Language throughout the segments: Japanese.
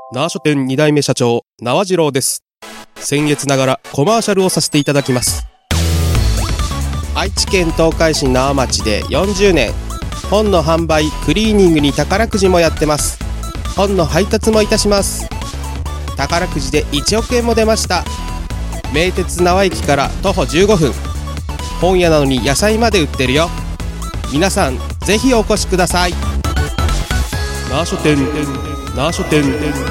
縄書店2代目社長縄次郎です。先月ながらコマーシャルをさせていただきます。愛知県東海市縄町で40年、本の販売クリーニングに宝くじもやってます。本の配達もいたします。宝くじで1億円も出ました。名鉄縄駅から徒歩15分、本屋なのに野菜まで売ってるよ。皆さんぜひお越しください。縄書店、縄書店。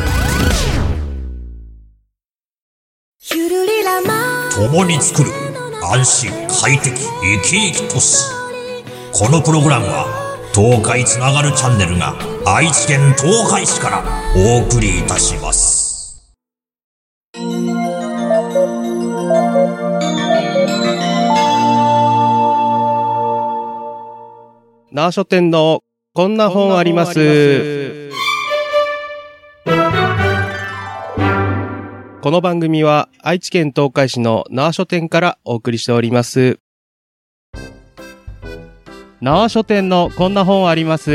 共に作る安心快適生き生き都市。このプログラムは東海つながるチャンネルが愛知県東海市からお送りいたします。 縄書店のこんな本あります。この番組は愛知県東海市の縄書店からお送りしております。縄書店のこんな本あります。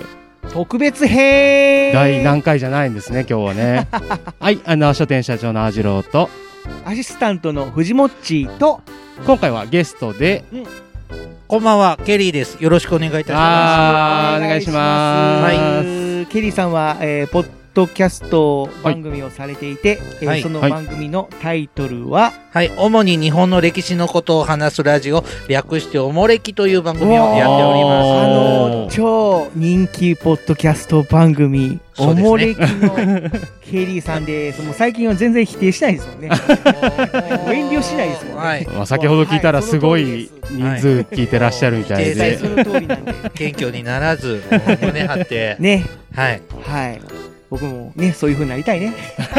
特別編第何回じゃないんですね、今日はね。はい、縄書店社長の縄次郎とアシスタントの藤もっちと、 今回はゲストで、 こんばんは、ケリーです。よろしくお願いいたします。 お願いします。 はい、ケリーさんは、ポッドキャスト番組をされていて、 はい、 その番組のタイトルは、 はい、主に日本の歴史のことを話すラジオ、略しておもれきという番組をやっております。 超人気ポッドキャスト番組、おもれきのケリーさんです。もう最近は全然否定しないですもんね。遠慮しないですもんね。はい、 まあ、先ほど聞いたらすごい人数聞いてらっしゃるみたいで、 その通りなんで謙虚にならず胸張ってね、 はいはい、僕もねそういう風になりたいね。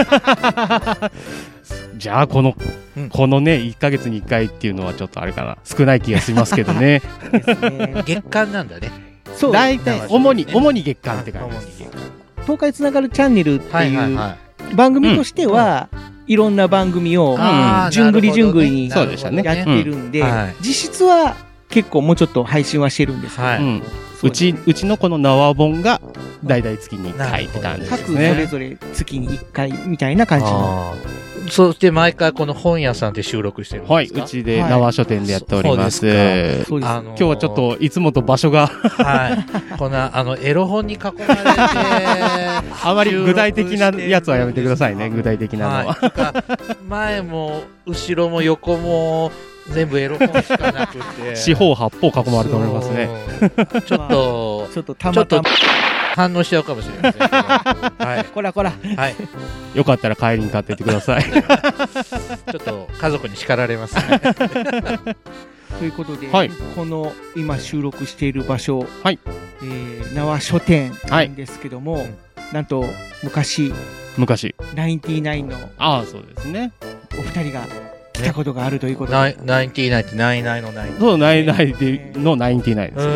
じゃあこのね1ヶ月に1回っていうのはちょっとあれかな、少ない気がしますけどね。 ですね。 月間なんだね。 そう、 大体主に月間って感じです。 東海つながるチャンネルっていう番組としては、いろんな番組をじゅんぐりじゅんぐりにやってるんで、実質は結構もうちょっと配信はしてるんですけど、 うちのこの縄本が大体月に1回って感じですね。 各それぞれ月に1回みたいな感じの。 そして毎回この本屋さんで収録してるんですか？ はい、うちで縄書店でやっております。 今日はちょっといつもと場所がはい、こんなエロ本に囲まれてあまり具体的なやつはやめてくださいね。具体的なのは、 前も後ろも横も全部エロ本しかなくて四方八方囲まれておりますね。 ちょっとたまたま反応しちゃうかもしれませんけど、はい、 こら、はい、 よかったら帰りに買っていってください。 ちょっと家族に叱られますね。 ということで、 はい、 この今収録している場所、 はい、 縄書店なんですけども、なんと昔ナインティナインのそうですね、 お二人が来たことがあるということで、 ナインティナインってナイナイのナイン、 そう、ナイナイのナインティナインです。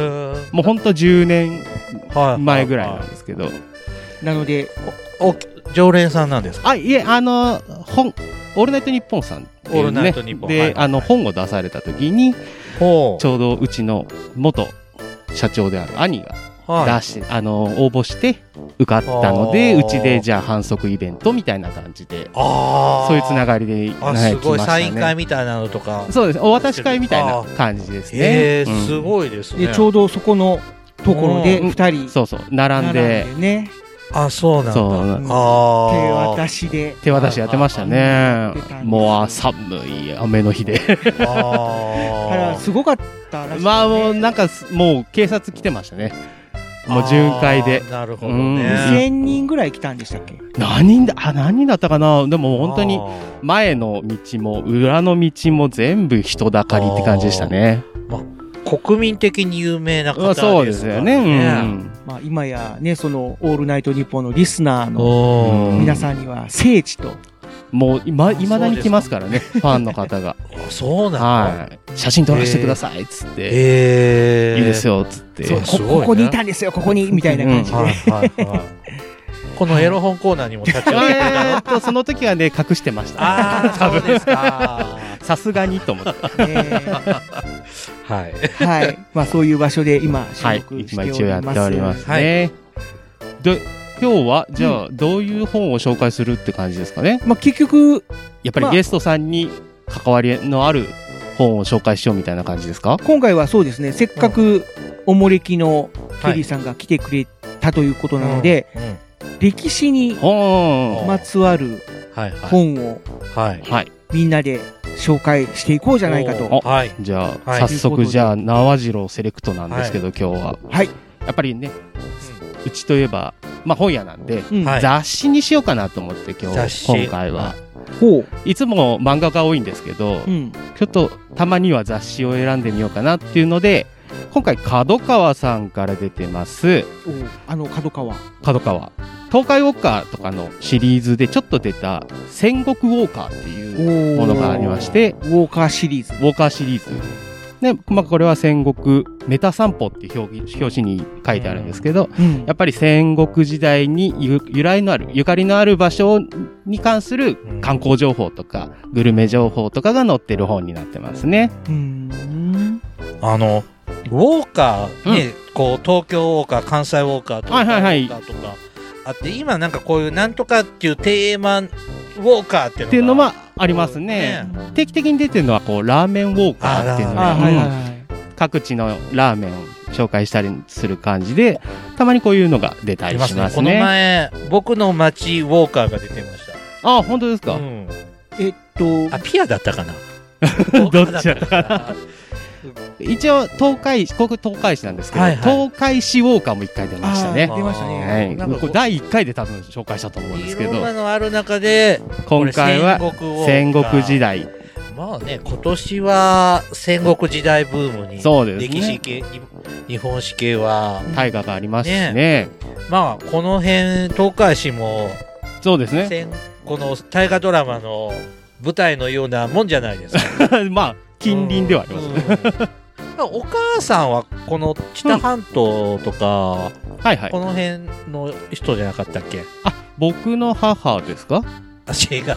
もうほんと10年前ぐらいなんですけど、 なので常連さんなんですか？ いえ、オールナイトニッポンさんっていうね、で、本を出された時に、ちょうどうちの元社長である兄が出して、応募して受かったので、うちでじゃあ反則イベントみたいな感じで、そういうつながりで、 すごいサイン会みたいなのとか、 そうです、お渡し会みたいな感じですね。 すごいですね。 でちょうどそこのところで2人そう並んでね。 そうなんだ。 手渡しやってましたね。もう寒い雨の日で。 からすごかったらしいね。 まあもうなんかもう警察来てましたね。もう巡回で。 なるほどね。 2000人ぐらい来たんでしたっけ？ 何人だったかな。でも本当に前の道も裏の道も全部人だかりって感じでしたね。 国民的に有名な方ですからね。 そうですよね。 まあ今やね、そのオールナイトニッポンのリスナーの皆さんには聖地と、 もう未だに来ますからね、ファンの方が。 そうなんだ。 はい。写真撮らせてくださいっつって、いいですよっつって、 ここにいたんですよ、ここにみたいな感じで。 このエロ本コーナーにも立ち寄ってくれたの？ その時はね、隠してました。 そうですか。 さすがにと思って。 はい。まあそういう場所で今収録しております。 今一応やっておりますね。で、 今日はじゃあどういう本を紹介するって感じですかね。 まあ結局やっぱりゲストさんに関わりのある本を紹介しようみたいな感じですか。 今回はそうですね、せっかくおもれきのケリーさんが来てくれたということなので、歴史にまつわる本をみんなで紹介していこうじゃないかと。 じゃあ早速じゃあ縄次郎セレクトなんですけど、今日はやっぱりね、うちといえばまあ本屋なんで雑誌にしようかなと思って今回は。いつも漫画が多いんですけど、ちょっとたまには雑誌を選んでみようかなっていうので、今回角川さんから出てます角川東海ウォーカーとかのシリーズでちょっと出た戦国ウォーカーっていうものがありまして、 ウォーカーシリーズで、まあ、これは戦国メタ散歩っていう表紙に書いてあるんですけど、やっぱり戦国時代にゆかりのある場所に関する観光情報とかグルメ情報とかが載ってる本になってますね。 ウォーカーね、こう東京ウォーカー、関西ウォーカーとか、ウォーカーとかあって、今なんかこういうなんとかっていうテーマウォーカーっていうのがありますね。定期的に出てるのはこうラーメンウォーカーっていうのが、各地のラーメンを紹介したりする感じで、たまにこういうのが出たりしますね。 この前僕の街ウォーカーが出てました。 あ、本当ですか。 ピアだったかな。 どっちだったかな。一応東海市なんですけど、東海市ウォーカーも1回出ましたね。 出ましたね。 これ第1回で多分紹介したと思うんですけど、 いろんなのある中で今回は戦国時代。 まあね、今年は戦国時代ブームに、歴史系、日本史系は大河がありますしね。 まあこの辺東海市もそうですね、 この大河ドラマの舞台のようなもんじゃないですか。 まあ近隣ではありますね。 お母さんはこの知多半島とか、この辺の人じゃなかったっけ。 僕の母ですか。 違う。お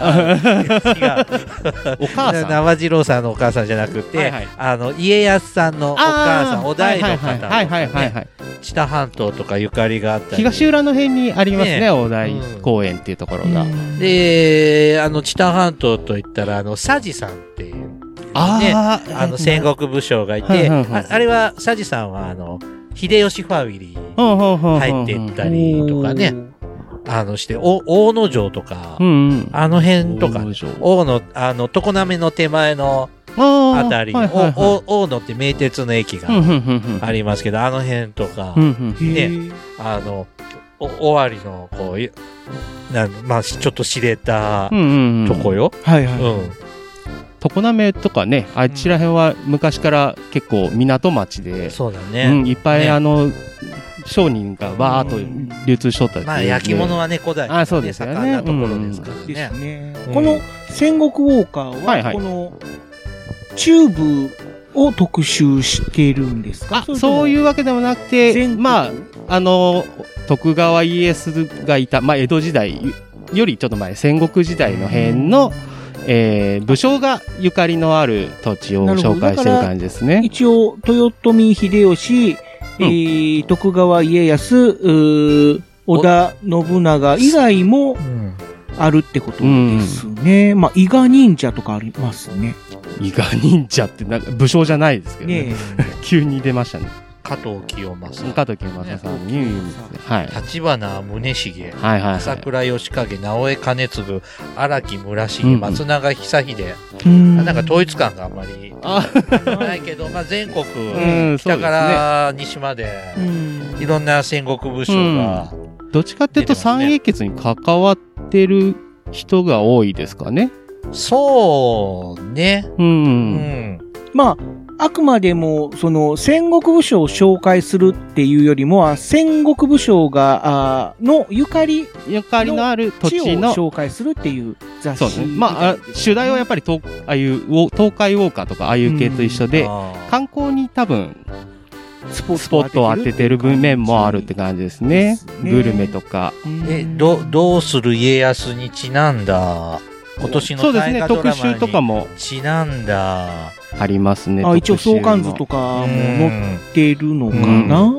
母さん。縄次郎さんのお母さんじゃなくて、家康さんのお母さん、お代の方。知多半島とかゆかりがあったり。 東浦の辺にありますね、お代公園っていうところが。 で、知多半島といったら、佐治さんっていう。戦国武将がいて、あれは、佐治さんは、秀吉ファミリー入っていったりとかね、して、大野城とか、あの辺とか、大野、常滑の手前のあたり、大野って名鉄の駅がありますけど、あの辺とか、ね、尾張の、こう、まあ、ちょっと知れたとこよ。 常滑とかね、あちら辺は昔から結構港町で、 そうだね。 いっぱい商人がわーっと流通しとったり、 まあ焼き物はね、古代そうですよね、 盛んなところですからね。 この戦国ウォーカーは、この中部を特集してるんですか。 そういうわけでもなくて、まあ徳川家康がいた、まあ江戸時代よりちょっと前、戦国時代の辺の武将がゆかりのある土地を紹介してる感じですね。 一応豊臣秀吉、徳川家康、織田信長以外もあるってことですね。まあ伊賀忍者とかありますね。 伊賀忍者ってなんか武将じゃないですけどね。急に出ましたね。 加藤清正さんに、 立花宗茂、朝倉義景、直江兼続、荒木村重、松永久秀、なんか統一感があんまりないけど、まあ全国、北から西まで、いろんな戦国武将が、 どっちかっていうと三英傑に関わってる人が多いですかね。 そうね。 まああくまでも、戦国武将を紹介するっていうよりも、戦国武将が、のゆかりのある土地の紹介するっていう雑誌。 そうですね。まあ、主題はやっぱりああいう東海ウォーカーとかああいう系と一緒で、観光に多分、スポットを当ててる面もあるって感じですね。グルメとか。 どうする家康にちなんだ、今年の大河ドラマに特集とかもちなんだありますね。 一応相関図とかも載ってるのかな。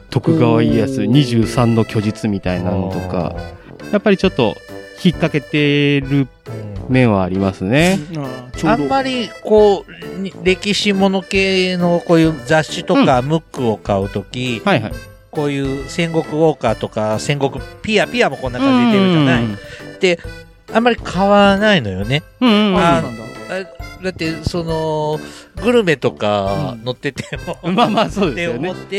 徳川家康23の虚実みたいなのとか、やっぱりちょっと引っ掛けてる面はありますね。 あんまりこう歴史もの系のこういう雑誌とかムックを買うとき、はいはい、こういう戦国ウォーカーとか戦国ピアもこんな感じで出るじゃない。で、あんまり買わないのよね。だってそのグルメとか載ってても、まあまあそうですよね。って思って、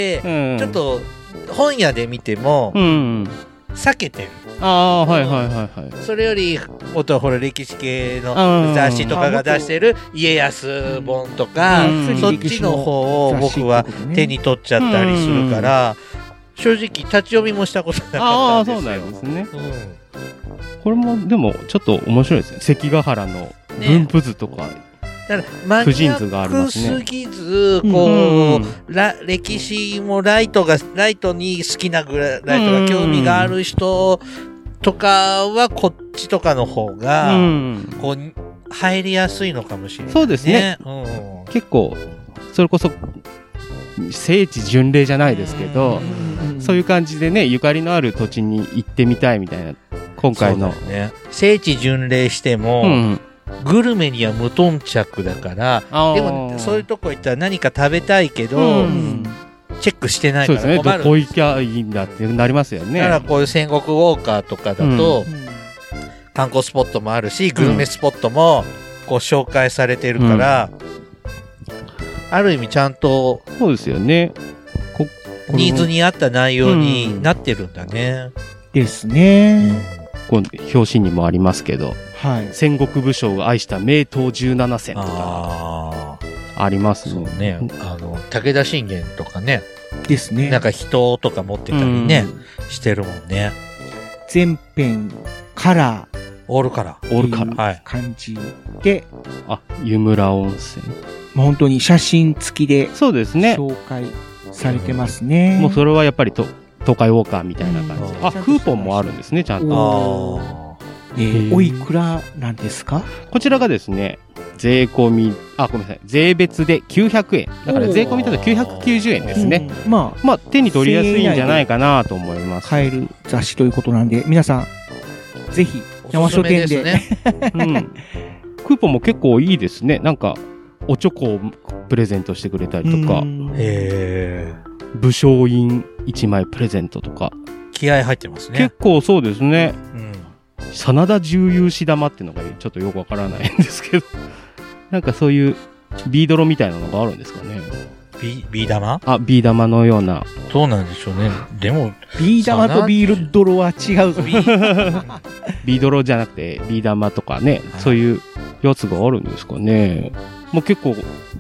ちょっと本屋で見ても、避けてる。ああ、はいはいはいはい。それより、ほら歴史系の雑誌とかが出してる家康本とか、そっちの方を僕は手に取っちゃったりするから、正直立ち読みもしたことなかったんですよ。ああ、そうなんですね。 これもでもちょっっと面白いですね。関ヶ原の分布図とか。 だからマニアックすぎず、こう、歴史もライトに好きなぐらい、ライトが興味がある人とかは、こっちとかの方が、こう、入りやすいのかもしれない、ね。 そうですね。結構、それこそ、聖地巡礼じゃないですけど、そういう感じでね、ゆかりのある土地に行ってみたいみたいな、今回の。 ね、聖地巡礼しても、グルメには無頓着だから、でもそういうとこ行ったら何か食べたいけど、チェックしてないから困る。そうですね。 どこ行きゃいいんだってなりますよね。 だからこういう戦国ウォーカーとかだと、観光スポットもあるし、グルメスポットもこう紹介されてるから、ある意味ちゃんと、 そうですよね。 ニーズに合った内容になってるんだね。 ですね。 表紙にもありますけど、戦国武将が愛した名刀17選とかありますね。武田信玄とかね。 ですね。 なんか人とか持ってたりね、してるもんね。 全編カラー。 オールカラー。 はい。感じで。 湯村温泉。 本当に写真付きで。 そうですね。 紹介されてますね。 もうそれはやっぱり東海ウォーカーみたいな感じ。クーポンもあるんですね、ちゃんと。 おいくらなんですか？ こちらがですね、税込み、ごめんなさい、税別で900円。だから税込みだと990円ですね。まあ、手に取りやすいんじゃないかなと思います。 買える雑誌ということなんで、皆さん、ぜひ、山書店で。 クーポンも結構いいですね。なんか、おチョコをプレゼントしてくれたりとか。武将印1枚プレゼントとか。 気合入ってますね。 結構そうですね。真田重勇士玉っていうのがちょっとよくわからないんですけど。なんかそういうビードロみたいなのがあるんですかね。 ビー玉？ ビー玉のような。 どうなんでしょうね。でも、 ビー玉とビールドロは違うぞ。 ビードロじゃなくてビー玉とかね、そういうやつがあるんですかね。もう結構、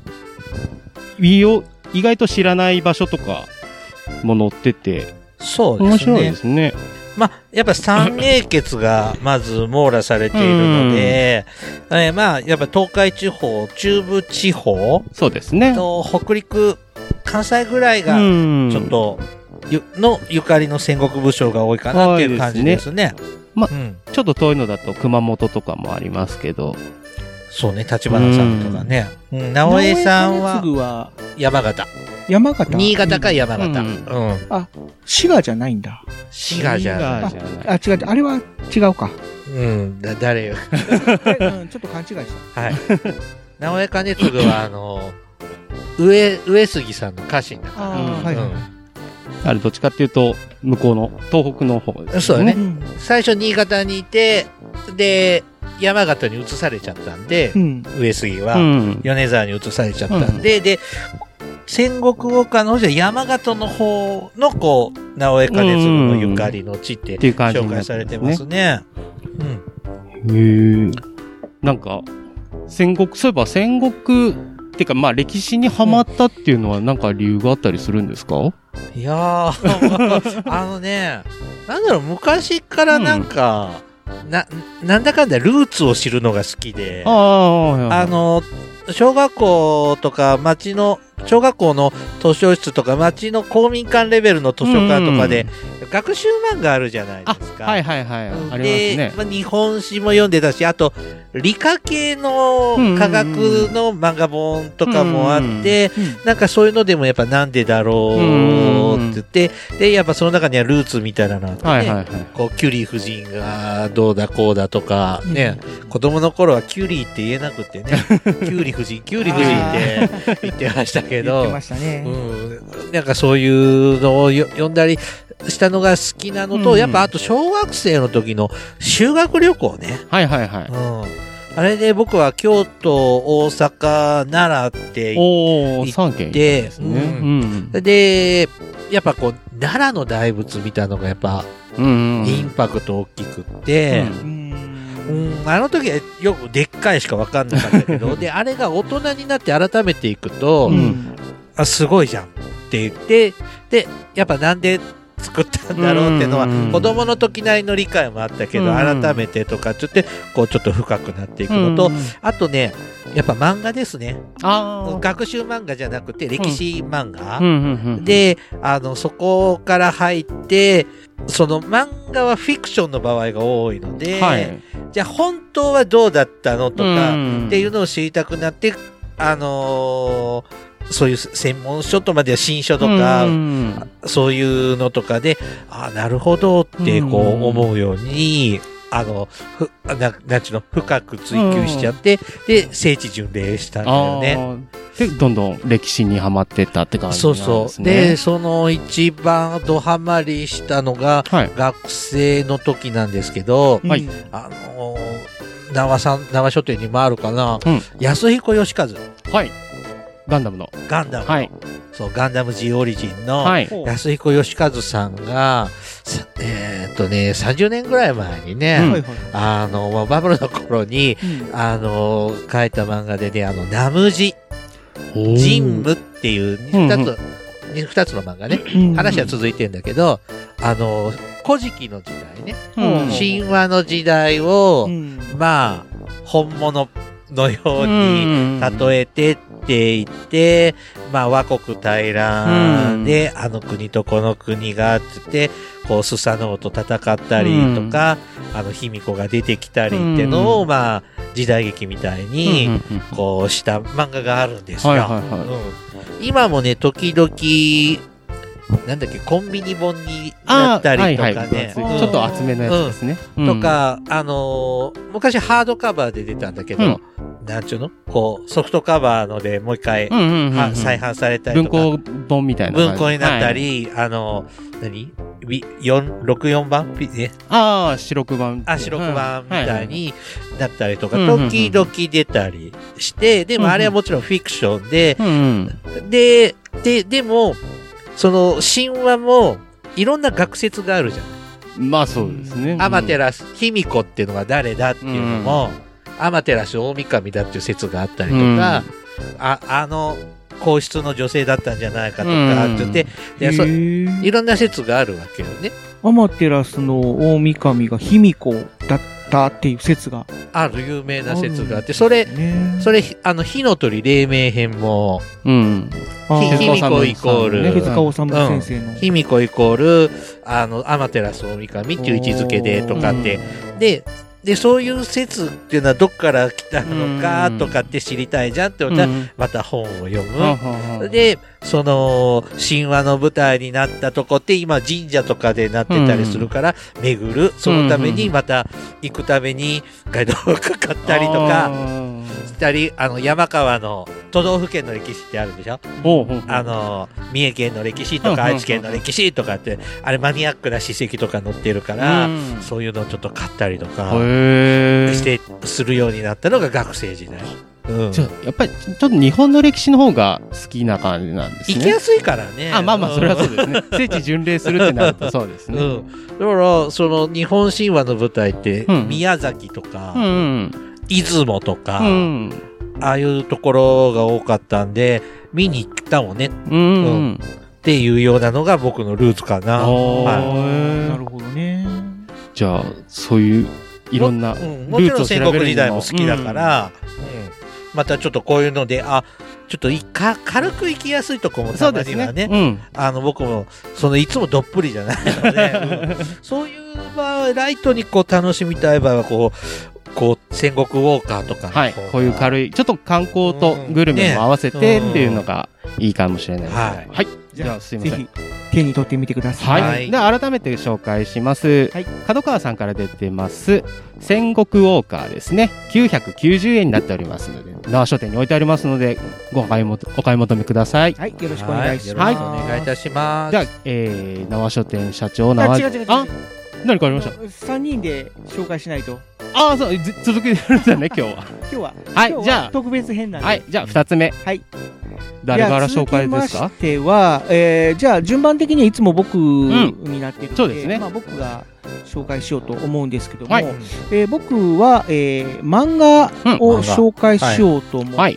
意外と知らない場所とかも載ってて、 そうですね。 面白いですね。 やっぱ三英傑がまず網羅されているので、やっぱ東海地方、中部地方、 そうですね。 と北陸、関西ぐらいが、ちょっと、ゆかりの戦国武将が多いかなっていう感じですね。 ちょっと遠いのだと熊本とかもありますけど、 そうね、立花さんとかね。直江さんは、山形。新潟か山形。 滋賀じゃないんだ。 滋賀じゃない。 違う。あれは違うか。 誰よ。 ちょっと勘違いした。 はい。直江兼次は、上杉さんの家臣だから。 あれ、どっちかっていうと、向こうの、東北の方ですね。 そうだね。最初新潟にいて、で、山形に移されちゃったんで、上杉は、米沢に移されちゃったんで、で、戦国ウォーカーの方じゃ山形の方の、直江兼次のゆかりの地って紹介されてますね。 なんか、そういえば戦国、っていうか、歴史にハマったっていうのはなんか理由があったりするんですか？ いやー、なんだろう、昔からなんか、なんだかんだルーツを知るのが好きで、小学校とか小学校の図書室とか町の公民館レベルの図書館とかで、学習漫画あるじゃないですか。 はいはいはい。ありますね。 で、日本史も読んでたし、あと、理科系の科学の漫画本とかもあって、なんかそういうのでもやっぱなんでだろうって言って、で、やっぱその中にはルーツみたいなのあってね、こう、キュリー夫人がどうだこうだとか、ね、子供の頃はキュリーって言えなくてね、キュリー夫人って言ってましたけど、 言ってましたね。 なんかそういうのを読んだりしたのが好きなのと、やっぱあと小学生の時の修学旅行ね。 はいはいはい。 あれで僕は京都、大阪、奈良って行って、で、やっぱこう、奈良の大仏見たのがやっぱ、インパクト大きくって、あの時はよくでっかいしか分かんなかったけど、で、あれが大人になって改めていくと、すごいじゃんって言って、で、やっぱなんで作ったんだろうっていうのは、子供の時なりの理解もあったけど、改めてとかって言って、こうちょっと深くなっていくのと、あとね、やっぱ漫画ですね。学習漫画じゃなくて歴史漫画。で、そこから入って、その漫画はフィクションの場合が多いので、じゃあ本当はどうだったのとかっていうのを知りたくなって、そういう専門書とまでは新書とか、そういうのとかで、なるほどってこう思うように、なんちゅうの、深く追求しちゃって、で、聖地巡礼したんだよね。 で、どんどん歴史にはまってったって感じなんですね。そうそう。 で、その一番ドハマりしたのが、学生の時なんですけど、縄書店にもあるかな、安彦義和。 はい。ガンダムの。 はい。そう、ガンダム G オリジンの安彦義和さんが、30年ぐらい前にね、バブルの頃に、書いた漫画でね、ナムジ、ジンムっていう二つの漫画ね、話は続いてんだけど、古事記の時代ね、神話の時代を、まあ、本物のように例えてって言って、まあ和国大乱で、あの国とこの国がつって、こうスサノオと戦ったりとか、卑弥呼が出てきたりっていうのを、まあ時代劇みたいに、こうした漫画があるんですよ。今もね、時々、なんだっけ、コンビニ本になったりとかね。 ちょっと厚めのやつですね。 とか、昔ハードカバーで出たんだけど、なんちゅうのこう、ソフトカバーのでもう一回、再販されたりとか。 文庫本みたいな。 文庫になったり、64番ね。 白黒版。 白黒版みたいになったりとか、時々出たりして、でもあれはもちろんフィクションで、でも、その神話もいろんな学説があるじゃん。 まあそうですね。 アマテラス、卑弥呼っていうのが誰だっていうのも、アマテラス大神だっていう説があったりとか、皇室の女性だったんじゃないかとかって言って、いろんな説があるわけよね。 アマテラスの大神が卑弥呼だったっていう説がある、有名な説があって、それ、火の鳥黎明編も、卑弥呼イコール、 手塚治虫先生の。 卑弥呼イコール、アマテラス大神っていう位置づけでとかって、で、そういう説っていうのはどっから来たのかとかって知りたいじゃんって思ったら、また本を読む。で、その、神話の舞台になったとこって今神社とかでなってたりするから、巡る。そのためにまた行くためにガイドがかかったりとか、したり、山川の都道府県の歴史ってあるでしょ？三重県の歴史とか愛知県の歴史とかって、あれマニアックな史跡とか載ってるから、そういうのをちょっと買ったりとかするようになったのが学生時代。 やっぱりちょっと日本の歴史の方が好きな感じなんですね。 行きやすいからね。 まあそれはそうですね。聖地巡礼するってなるとそうですね。 だからその日本神話の舞台って宮崎とか、出雲とか、ああいうところが多かったんで見に行ったもんね。っていうようなのが僕のルーツかな。 なるほどね。 じゃあそういういろんなもちろん戦国時代も好きだから、またちょっとこういうので、 ちょっと軽く行きやすいとこもたまにはね、僕も、いつもどっぷりじゃないので、そういう場合、ライトにこう楽しみたい場合は、戦国ウォーカーとか。 はい。こういう軽い、ちょっと観光とグルメも合わせてっていうのがいいかもしれないです。はい。 じゃあ、すいません。ぜひ、手に取ってみてください。 はい。で、改めて紹介します。はい。角川さんから出てます、戦国ウォーカーですね。990円になっておりますので、縄書店に置いてありますので、お買い求めください。 はい。よろしくお願いします。 よろしくお願いいたします。 じゃあ、縄書店社長、 違う。 何かありました ？3人で紹介しないと。 ああ、そう、続けてるんだね、今日は。はい、じゃあ、 特別編なんで。 はい、じゃあ、2つ目。 はい。 誰から紹介ですか？ 続きましては、じゃあ、順番的にはいつも僕になっているので、 そうですね。 僕が紹介しようと思うんですけども、僕は、漫画を紹介しようと思って、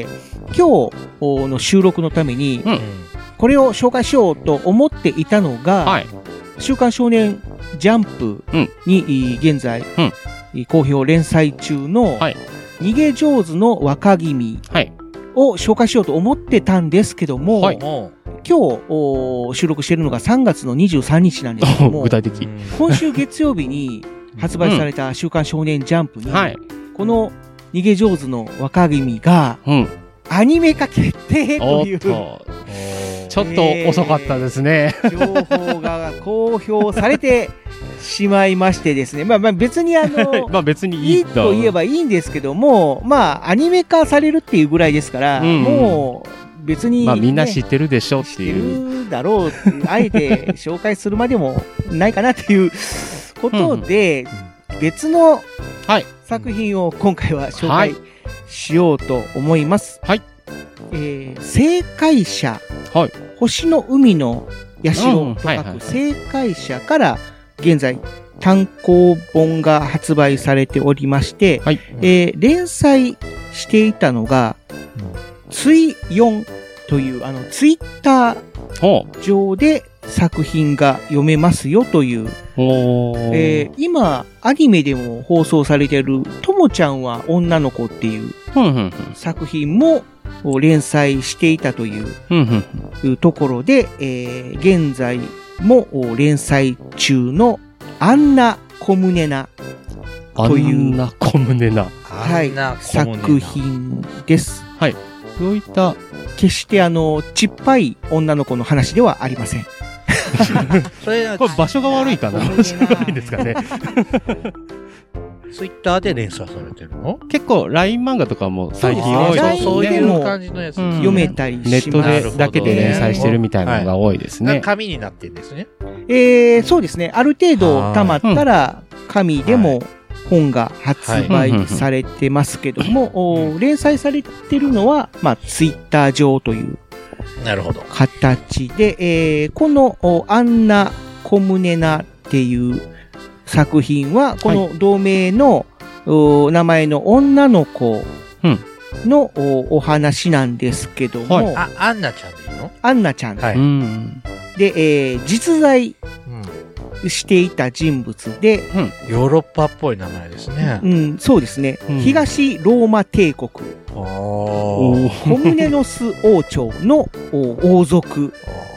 今日の収録のために、これを紹介しようと思っていたのが、週刊少年ジャンプに現在、好評連載中の、逃げ上手の若君を紹介しようと思ってたんですけども、今日収録しているのが3月の23日なんですけども、 具体的。 今週月曜日に発売された週刊少年ジャンプに、この逃げ上手の若君が、アニメ化決定という。 ちょっと遅かったですね。 情報が公表されてしまいましてですね。別に別にいいと言えばいいんですけども、アニメ化されるっていうぐらいですから、もう別に、 みんな知ってるでしょっていう。 知ってるだろう。あえて紹介するまでもないかなっていうことで、別の作品を今回は紹介しようと思います。はい。正解者、星の海の社と書く正解者から現在単行本が発売されておりまして、連載していたのが、ツイ4というツイッター上で作品が読めますよという、今アニメでも放送されているともちゃんは女の子っていう作品も連載していたというところで、現在も連載中のアンナ・コムネナという作品です。はい。 どういった決してちっぱい女の子の話ではありません。 これ場所が悪いかな？面白いですかね。 ツイッターで連載されてるの？ 結構 LINE 漫画とかも最近多いですね。 そういう感じのやつ読めたりします。 ネットでだけで連載してるみたいなのが多いですね。 紙になってるんですね。 そうですね。ある程度溜まったら紙でも本が発売されてますけども、連載されてるのはツイッター上という形で、このアンナ・コムネナっていう作品は、この同名の名前の女の子のお話なんですけども。 アンナちゃんでいいの？ アンナちゃん。で、実在していた人物で、 ヨーロッパっぽい名前ですね。 そうですね。東ローマ帝国。コムネノス王朝の王族。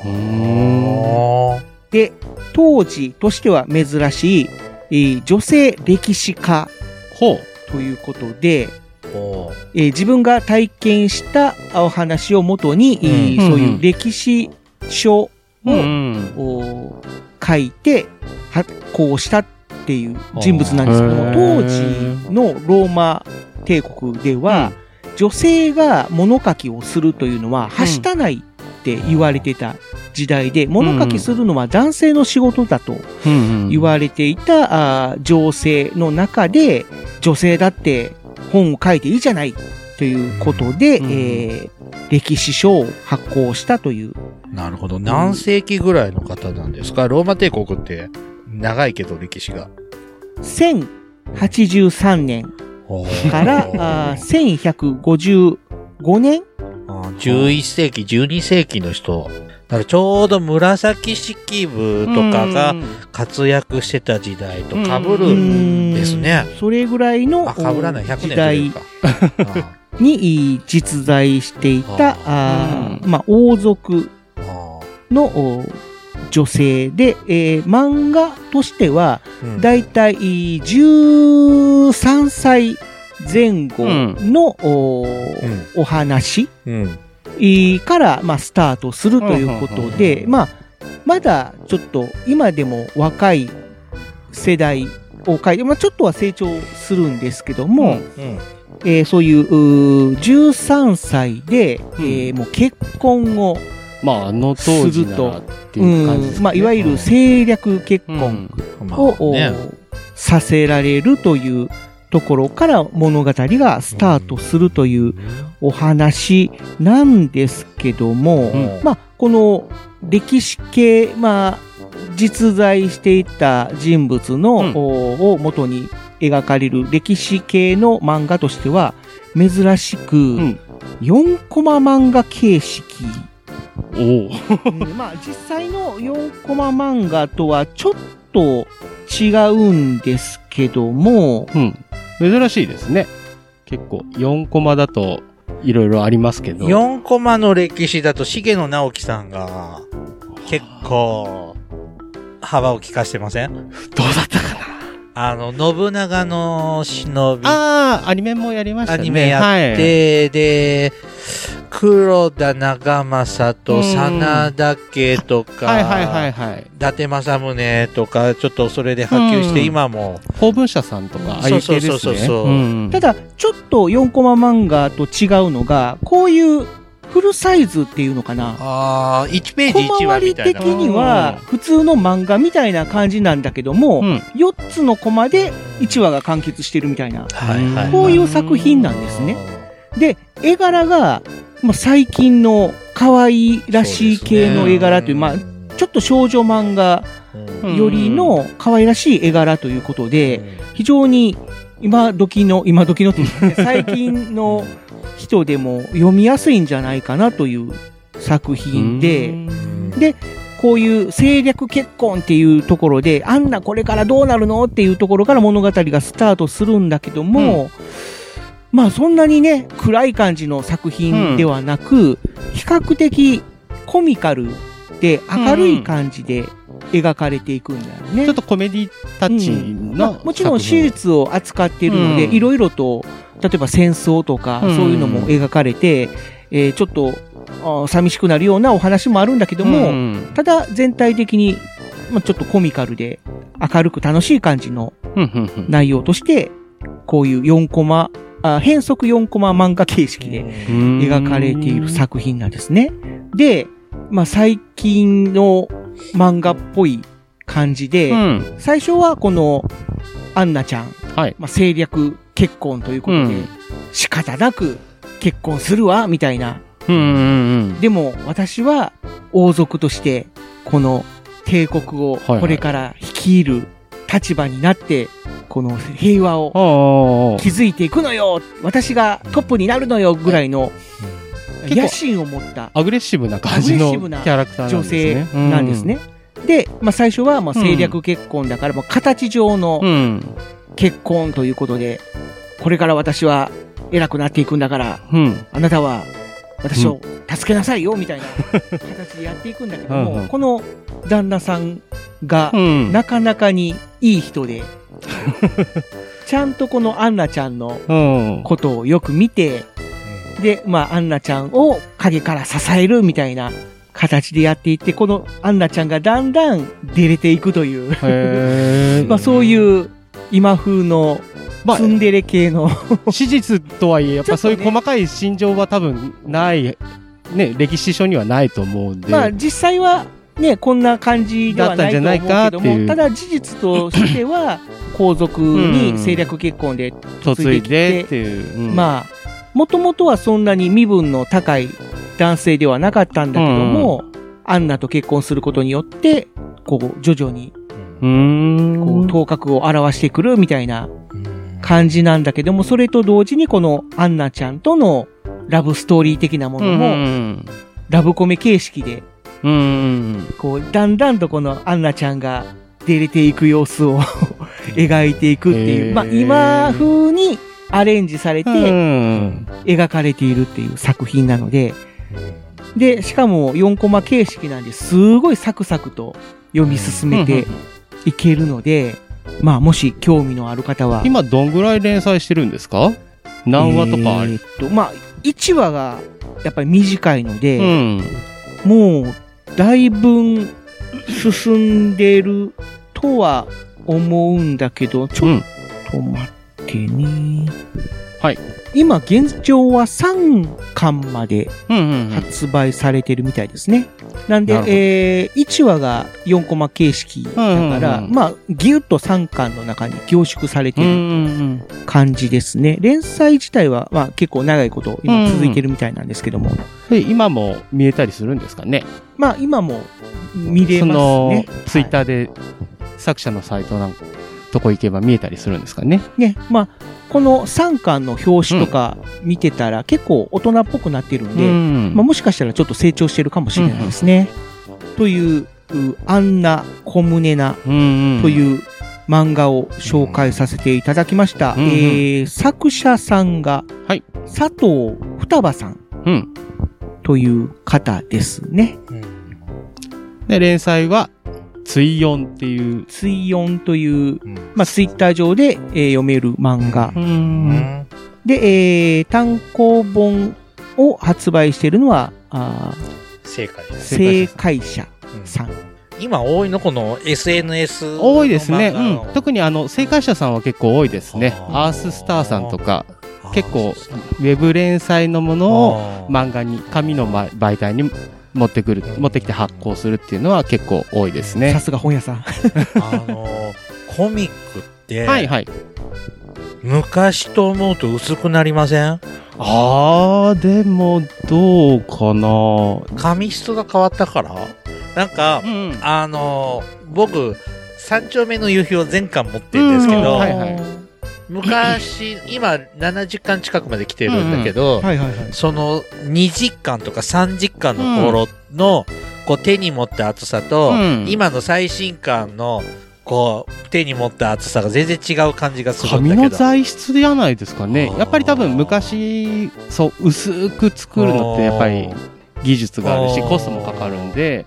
で、当時としては珍しい、女性歴史家ということで、自分が体験したお話をもとに、そういう歴史書を書いて発行したっていう人物なんですけども、当時のローマ帝国では、女性が物書きをするというのははしたないって言われてた時代で、物書きするのは男性の仕事だと言われていた情勢の中で、女性だって本を書いていいじゃないということで、歴史書を発行したという。 なるほど。何世紀ぐらいの方なんですか？ローマ帝国って長いけど歴史が。 1083年から1155年 11世紀、12世紀の人。だからちょうど紫式部とかが活躍してた時代と被るんですね。 それぐらいの被らない100年時代に実在していた、王族の女性で、漫画としては、だいたい13歳前後の、お話、から、スタートするということで、まだちょっと今でも若い世代を書いて、ちょっとは成長するんですけども、そういう13歳で、もう結婚をあの当時ならっていう感じですね。 いわゆる政略結婚をさせられるというところから物語がスタートするというお話なんですけども、この歴史系、実在していた人物の、を元に描かれる歴史系の漫画としては珍しく、4コマ漫画形式。実際の4コマ漫画とはちょっと違うんですけども、 珍しいですね。結構4コマだといろいろありますけど。 4コマの歴史だと重野直樹さんが結構幅を利かしてません？ どうだったかな？ 信長の忍び。 アニメもやりましたね。 アニメやって、で、黒田長政と真田家とか、伊達政宗とか、ちょっとそれで波及して、今も。 法文社さんとか、ああいう系ですね。 ただ、ちょっと4コマ漫画と違うのが、こういうフルサイズっていうのかな。 1ページ1話みたいな。 小回り的には普通の漫画みたいな感じなんだけども、4つのコマで1話が完結してるみたいな、こういう作品なんですね。で、絵柄が、最近の可愛らしい系の絵柄という、ちょっと少女漫画よりの可愛らしい絵柄ということで、非常に今時のっていうね、最近の人でも読みやすいんじゃないかなという作品で、こういう政略結婚っていうところで、これからどうなるのっていうところから物語がスタートするんだけども、そんなにね、暗い感じの作品ではなく、比較的コミカルで明るい感じで描かれていくんだよね。 ちょっとコメディタッチの、 もちろん史実を扱っているので、いろいろと、例えば戦争とか、そういうのも描かれて、ちょっと寂しくなるようなお話もあるんだけども、ただ全体的に、ちょっとコミカルで明るく楽しい感じの内容として、こういう4コマ、変則4コマ漫画形式で描かれている作品なんですね。で、最近の漫画っぽい感じで、最初はこのアンナちゃん、政略結婚ということで、仕方なく結婚するわ、みたいな。でも私は王族としてこの帝国をこれから率いる立場になって、この平和を築いていくのよ、私がトップになるのよぐらいの野心を持ったアグレッシブな感じのキャラクター女性なんですね。で、最初は政略結婚だから、形上の結婚ということで、これから私は偉くなっていくんだから、あなたは私を助けなさいよみたいな形でやっていくんだけども、この旦那さんがなかなかにいい人で、ちゃんとこのアンナちゃんのことをよく見て、で、アンナちゃんを影から支えるみたいな形でやっていって、このアンナちゃんがだんだん出れていくという、そういう今風のツンデレ系の史実とはいえ、やっぱそういう細かい心情は多分ない、ね、歴史書にはないと思うんで。 実際はね、こんな感じではないと思うけども、ただ事実としては、皇族に政略結婚で嫁いできて、もともとはそんなに身分の高い男性ではなかったんだけども、アンナと結婚することによって、こう、徐々に、こう、頭角を現してくるみたいな感じなんだけども、それと同時にこのアンナちゃんとのラブストーリー的なものも、ラブコメ形式で、こう、だんだんとこのアンナちゃんが出れていく様子を描いていくっていう、今風にアレンジされて、 描かれているっていう作品なので、で、しかも4コマ形式なんで、すごいサクサクと読み進めていけるので、まあ、もし興味のある方は。 今、どんぐらい連載してるんですか？何話とかある？ まあ、1話がやっぱり短いので、もう、だいぶ進んでるとは思うんだけど、ちょっと待ってね。 はい。 今、現状は3巻まで発売されてるみたいですね。なんで、1話が4コマ形式だから、まあ、ぎゅっと3巻の中に凝縮されてる感じですね。連載自体は、まあ、結構長いこと今続いてるみたいなんですけども。 今も見えたりするんですかね？まあ、今も見れますね。 ツイッターで作者のサイトなんか、とこ行けば見えたりするんですかね？ ね、まあ、この3巻の表紙とか見てたら結構大人っぽくなってるんで、まあ、もしかしたらちょっと成長してるかもしれないですね。という、アンナ・コムネナという漫画を紹介させていただきました。作者さんが、佐藤双葉さんという方ですね。 で、連載は、追音という、 まあ、ツイッター上で、読める漫画。で、単行本を発売しているのは、正解者さん。 今多いのこの SNS 多いですね。特に正解者さんは結構多いですね。アーススターさんとか、結構、ウェブ連載のものを漫画に、紙の媒体に持ってきて発行するっていうのは結構多いですね。 さすが本屋さん。 コミックって、昔と思うと薄くなりません？ でも、どうかな。 紙質が変わったからなんか、僕、三丁目の夕日を全巻持ってるんですけど、昔、今70巻近くまで来てるんだけど、その20巻とか30巻の頃の、こう手に持った厚さと、今の最新巻のこう手に持った厚さが全然違う感じがするんだけど。 紙の材質じゃないですかね。やっぱり多分昔、薄く作るのってやっぱり技術があるし、コストもかかるんで、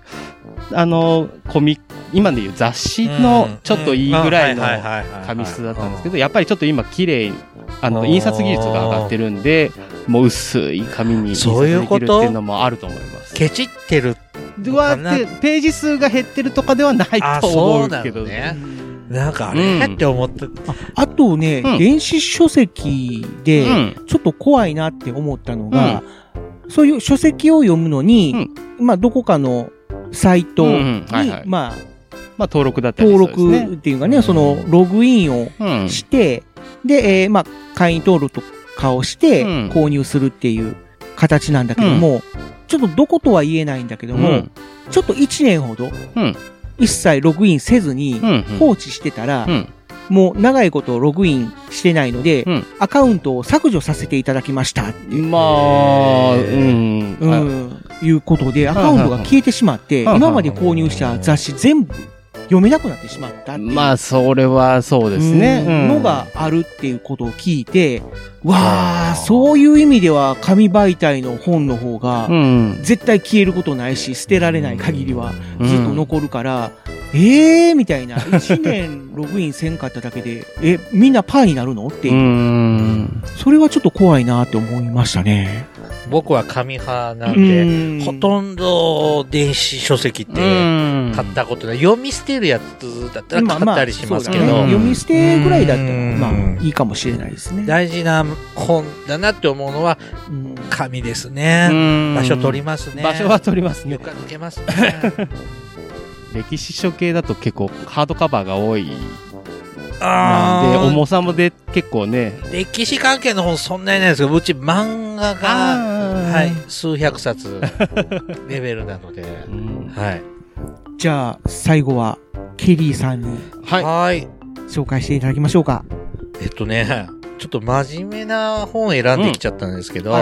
今でいう雑誌のちょっといいぐらいの紙質だったんですけど、やっぱりちょっと今綺麗に、印刷技術が上がってるんで、もう薄い紙に印刷できるっていうのもあると思います。 ケチってるページ数が減ってるとかではないと思うけどね。なんかあれって思った。 あとね、電子書籍でちょっと怖いなって思ったのが、そういう書籍を読むのに、まあどこかのサイトに、まあ登録だったり登録っていうかね、そのログインをして、で、まあ会員登録とかをして購入するっていう形なんだけども、ちょっとどことは言えないんだけども、ちょっと1年ほど、一切ログインせずに放置してたら、もう長いことログインしてないので、アカウントを削除させていただきましたっていう。いうことで、アカウントが消えてしまって、今まで購入した雑誌全部読めなくなってしまったっていう。 まあ、それはそうですね。 のがあるっていうことを聞いて、わあ、そういう意味では紙媒体の本の方が、絶対消えることないし、捨てられない限りはずっと残るから、みたいな。1年ログインせんかっただけで、みんなパーになるのっていう。それはちょっと怖いなって思いましたね。 僕は紙派なんで、ほとんど電子書籍って買ったことない。読み捨てるやつだったら買ったりしますけど。 読み捨てぐらいだったら、まあいいかもしれないですね。 大事な本だなって思うのは、紙ですね。場所取りますね。 場所は取りますね。 床抜けますね。 歴史書系だと結構ハードカバーが多い。なんで、重さも結構ね。 歴史関係の本そんなにないですけど、うち漫画が、数百冊レベルなので、 じゃあ、最後は、ケリーさんに、紹介していただきましょうか。 ちょっと真面目な本選んできちゃったんですけど、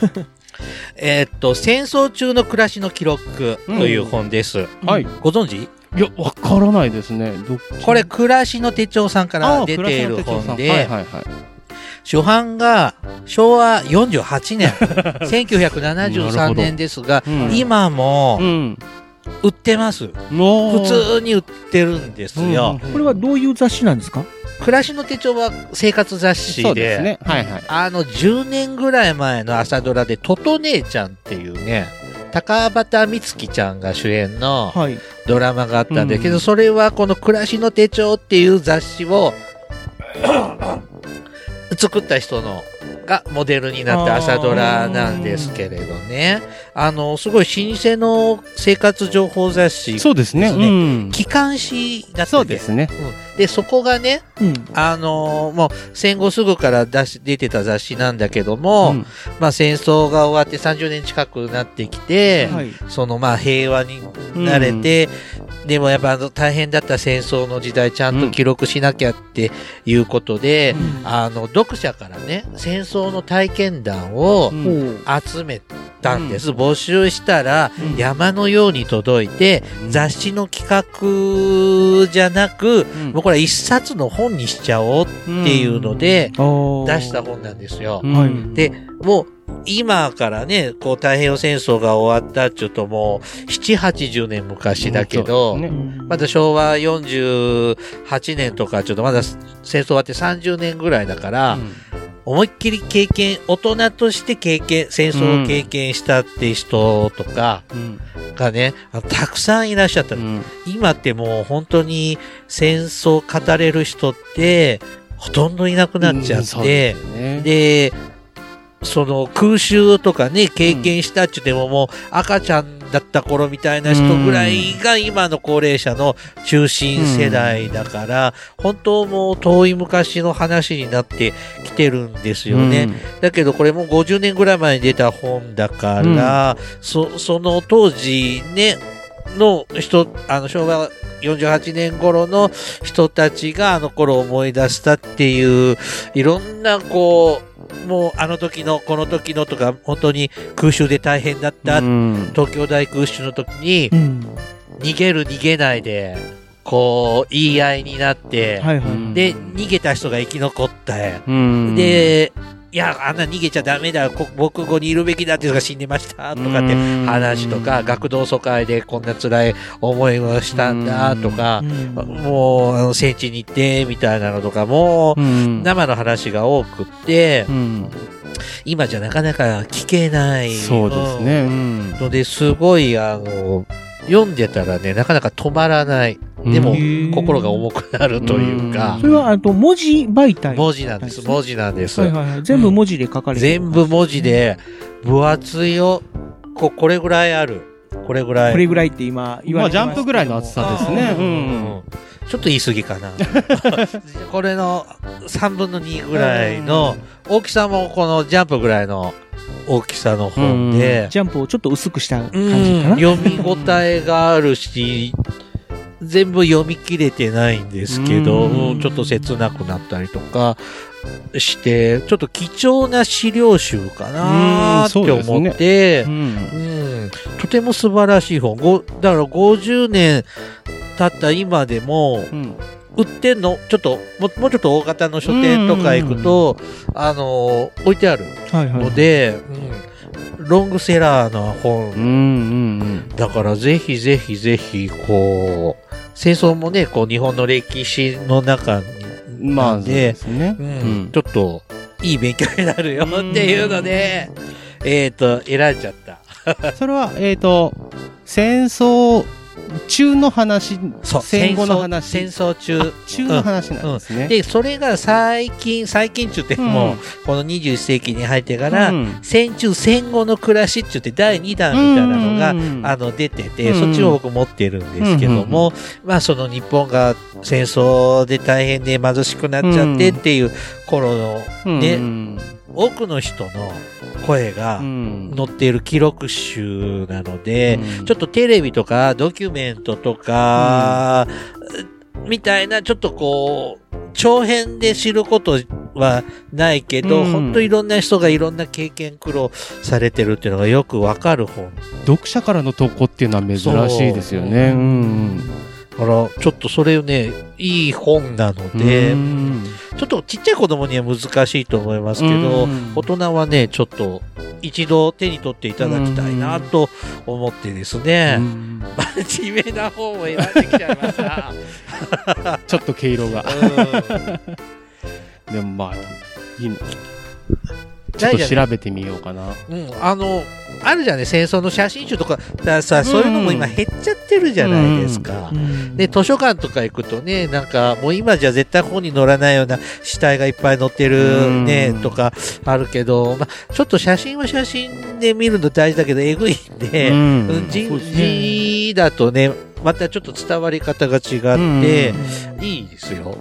戦争中の暮らしの記録という本です。ご存知？ いや、わからないですね。 これ、暮らしの手帳さんから出ている本で、 初版が昭和48年、1973年ですが、今も売ってます。普通に売ってるんですよ。 これはどういう雑誌なんですか？ 暮らしの手帳は生活雑誌で、 そうですね。はいはい。 10年ぐらい前の朝ドラで、トト姉ちゃんっていうね、高畑充希ちゃんが主演のドラマがあったんだけど、それはこの暮らしの手帳っていう雑誌を作った人のがモデルになった朝ドラなんですけれどね。すごい老舗の生活情報雑誌、ね。 そうですね。 機関誌だったっけ。 そうですね。 で、そこがね、もう戦後すぐから出てた雑誌なんだけども、まあ戦争が終わって30年近くなってきて、そのまあ平和になれて、でもやっぱ大変だった戦争の時代ちゃんと記録しなきゃっていうことで、読者からね、戦争の体験談を集めたんです。募集したら山のように届いて、雑誌の企画じゃなく、もうこれ一冊の本にしちゃおうっていうので、出した本なんですよ。で、もう今からね、こう太平洋戦争が終わったっていうともう7、80年昔だけど、まだ昭和48年とかちょっとまだ戦争終わって30年ぐらいだから、思いっきり大人として戦争を経験したって人とかがね、たくさんいらっしゃった。今ってもう本当に戦争を語れる人ってほとんどいなくなっちゃって、で、その空襲とかね、経験したって言ってももう赤ちゃんだった頃みたいな人ぐらいが今の高齢者の中心世代だから、本当もう遠い昔の話になってきてるんですよね。だけどこれも50年ぐらい前に出た本だから、その当時ね、の人、昭和48年頃の人たちが頃思い出したっていう、いろんなこう、もう時のこの時のとか本当に空襲で大変だった、東京大空襲の時に、逃げる逃げないでこう言い合いになって、で逃げた人が生き残った、でいやあんな逃げちゃダメだ防空壕にいるべきだっていうのが死んでましたとかって話とか、学童疎開でこんな辛い思いをしたんだとか、もう戦地に行ってみたいなのとかも生の話が多くって、今じゃなかなか聞けない。 そうですね。 のですごい読んでたらね、なかなか止まらない。でも、心が重くなるというか。 それは、文字媒体、 文字なんです。文字なんです。 全部文字で書かれてる。 全部文字で、分厚いよ。これぐらいある。これぐらい。 これぐらいって今言われてます。 ジャンプぐらいの厚さですね。 ちょっと言い過ぎかな。これの3分の2ぐらいの、大きさもこのジャンプぐらいの大きさの本で。 ジャンプをちょっと薄くした感じかな。 読み応えがあるし、全部読み切れてないんですけど、ちょっと切なくなったりとかして、ちょっと貴重な資料集かなって思って、とても素晴らしい本。だから50年経った今でも、売ってんのちょっともうちょっと大型の書店とか行くと、置いてあるので、ロングセラーな本。だからぜひぜひぜひ、こう、戦争もね、こう日本の歴史の中になんで、ちょっといい勉強になるよっていうので、選んじゃった。 それは、戦争中の話、戦後の話。 戦争中の話なんですね。 で、それが最近って言っても、この21世紀に入ってから、戦中戦後の暮らしって言って第2弾みたいなのが、出てて、そっちも僕持ってるんですけども、まあその日本が戦争で大変で貧しくなっちゃってっていう頃のね、多くの人の声が載っている記録集なので、ちょっとテレビとかドキュメントとか、みたいなちょっとこう、長編で知ることはないけど、本当いろんな人がいろんな経験苦労されてるっていうのがよくわかる本。 読者からの投稿っていうのは珍しいですよね。 だから、ちょっとそれをね、いい本なので、 ちょっとちっちゃい子供には難しいと思いますけど、大人はね、ちょっと一度手に取っていただきたいなと思ってですね、真面目な方を選んできちゃいました。 ちょっと毛色が。でもまあ、いいの。ちょっと調べてみようかな。 あるじゃんね、戦争の写真集とか、さ、そういうのも今減っちゃってるじゃないですか。で、図書館とか行くとね、なんか、もう今じゃ絶対本に載らないような死体がいっぱい載ってるね、とかあるけど、まあ、ちょっと写真は写真で見るの大事だけど、えぐいんで、字だとね、またちょっと伝わり方が違って、いいですよ。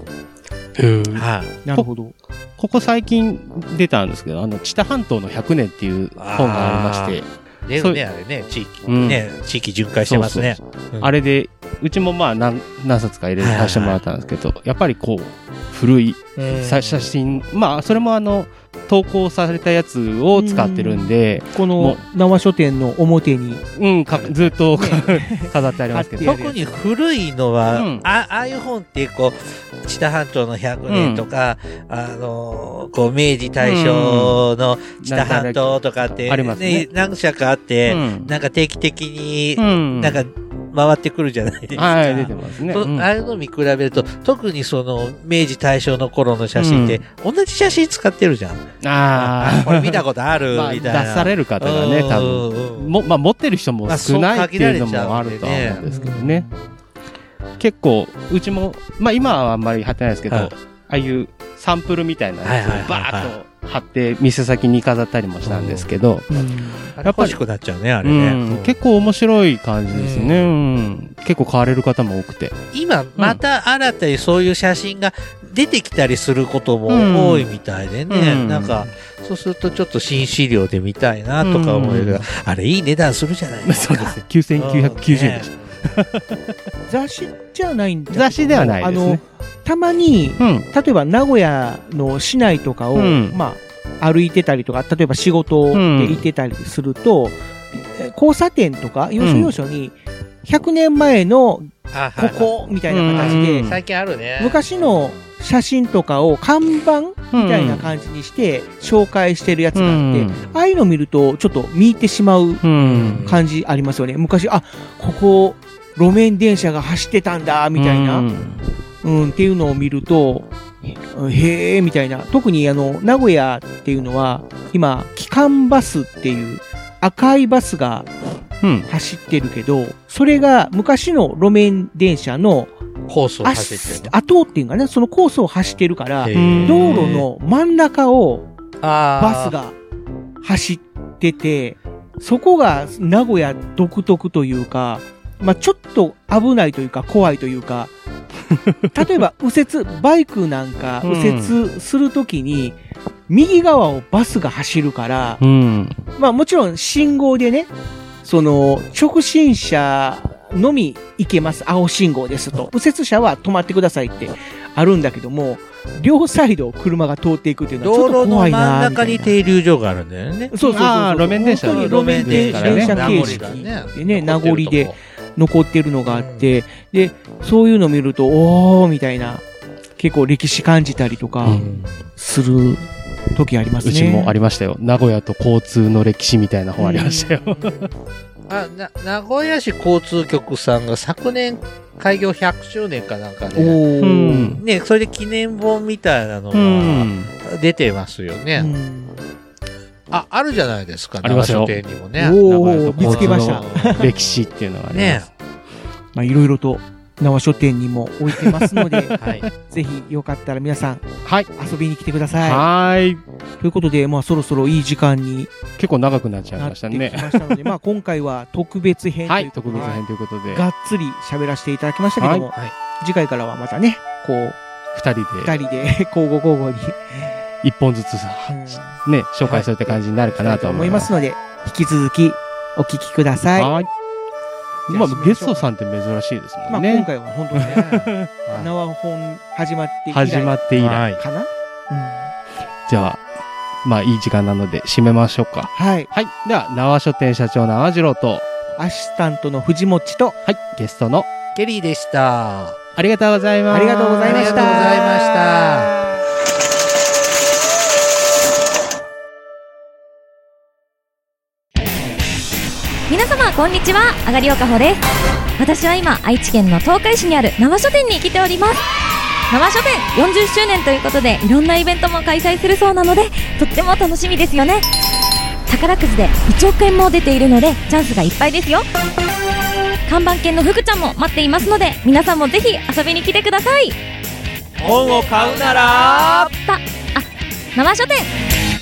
なるほど。 ここ最近出たんですけど、知多半島の100年っていう本がありまして。 出るね、あれね、地域巡回してますね。 あれで、うちもまあ何冊か入れさせてもらったんですけど、やっぱりこう、古い写真、まあ、それも投稿されたやつを使ってるんで、 この縄書店の表に、 ずっと飾ってありますけど、 特に古いのは、ああいう本ってこう知多半島の100年とか、こう明治大正の知多半島とかってね、何社かあって、なんか定期的になんか回ってくるじゃないですか。 はい、出てますね。 ああいうの見比べると、特にその明治大正の頃の写真って、同じ写真使ってるじゃん。これ見たことあるみたいな。 出される方がね、多分。まあ、持ってる人も少ないっていうのもあるとは思うんですけどね。結構、うちも、まあ今はあんまり貼ってないですけど、ああいうサンプルみたいなやつをバーッと貼って店先に飾ったりもしたんですけど、 やっぱり欲しくなっちゃうね、あれね。 結構面白い感じですね。結構買われる方も多くて。 今、また新たにそういう写真が出てきたりすることも多いみたいでね、なんか、そうするとちょっと新資料で見たいなとか思えるが、あれいい値段するじゃないですか。 そうですね。9990円でした。 雑誌じゃないんだ。 雑誌ではないですね。 たまに、例えば名古屋の市内とかを、まあ、歩いてたりとか、例えば仕事で行ってたりすると、交差点とか、要所要所に、100年前のここみたいな形で、 最近あるね。 昔の写真とかを看板みたいな感じにして紹介してるやつがあって、ああいうのを見るとちょっと見入ってしまう感じありますよね。昔、ここ路面電車が走ってたんだ、みたいな、っていうのを見ると、へーみたいな。特に名古屋っていうのは、今、基幹バスっていう赤いバスが走ってるけど、それが昔の路面電車のコースを走ってる後っていうかね、そのコースを走ってるから、道路の真ん中をバスが走ってて、そこが名古屋独特というか、まあ、ちょっと危ないというか怖いというか、例えばバイクなんか右折するときに、右側をバスが走るから、まあもちろん信号でね、その直進車のみ行けます。青信号ですと。右折車は止まってくださいってあるんだけども、両サイド車が通っていくっていうのはちょっと怖いな。 道路の真ん中に停留所があるんだよね。 そう。 路面電車本当に路面電車形式でね、名残で残ってるのがあって、で、そういうのを見ると、おーみたいな、結構歴史感じたりとか、する時ありますね。 うちもありましたよ。名古屋と交通の歴史みたいな本ありましたよ。 名古屋市交通局さんが昨年開業100周年かなんかで、ね、それで記念本みたいなのが出てますよね。あるじゃないですか、 ありますよ。 名古屋書店にもね。 見つけました。 歴史っていうのがあります。 まあ、いろいろと、縄書店にも置いてますので、ぜひよかったら皆さん、遊びに来てください。ということで、まあそろそろいい時間に結構長くなっちゃいましたね。 なってきましたので、まあ今回は特別編ということで、がっつり喋らせていただきましたけども、次回からはまたね、こう、二人で交互に一本ずつね、紹介された感じになるかなと思いますので、引き続きお聞きください。 まあ、ゲストさんって珍しいですもんね。 まあ、今回は本当にね、縄本始まって以来かな。 じゃあ、まあ、いい時間なので締めましょうか。 はい。 では、縄書店社長の縄次郎と、 アシスタントの藤もちと、 ゲストのケリーでした。 ありがとうございます。 ありがとうございました。 こんにちは、あがりおかほです。私は今、愛知県の東海市にある縄書店に来ております。縄書店40周年ということで、いろんなイベントも開催するそうなので、とっても楽しみですよね。宝くじで1億円も出ているので、チャンスがいっぱいですよ。看板犬の福ちゃんも待っていますので、皆さんもぜひ遊びに来てください。 本を買うなら縄書店。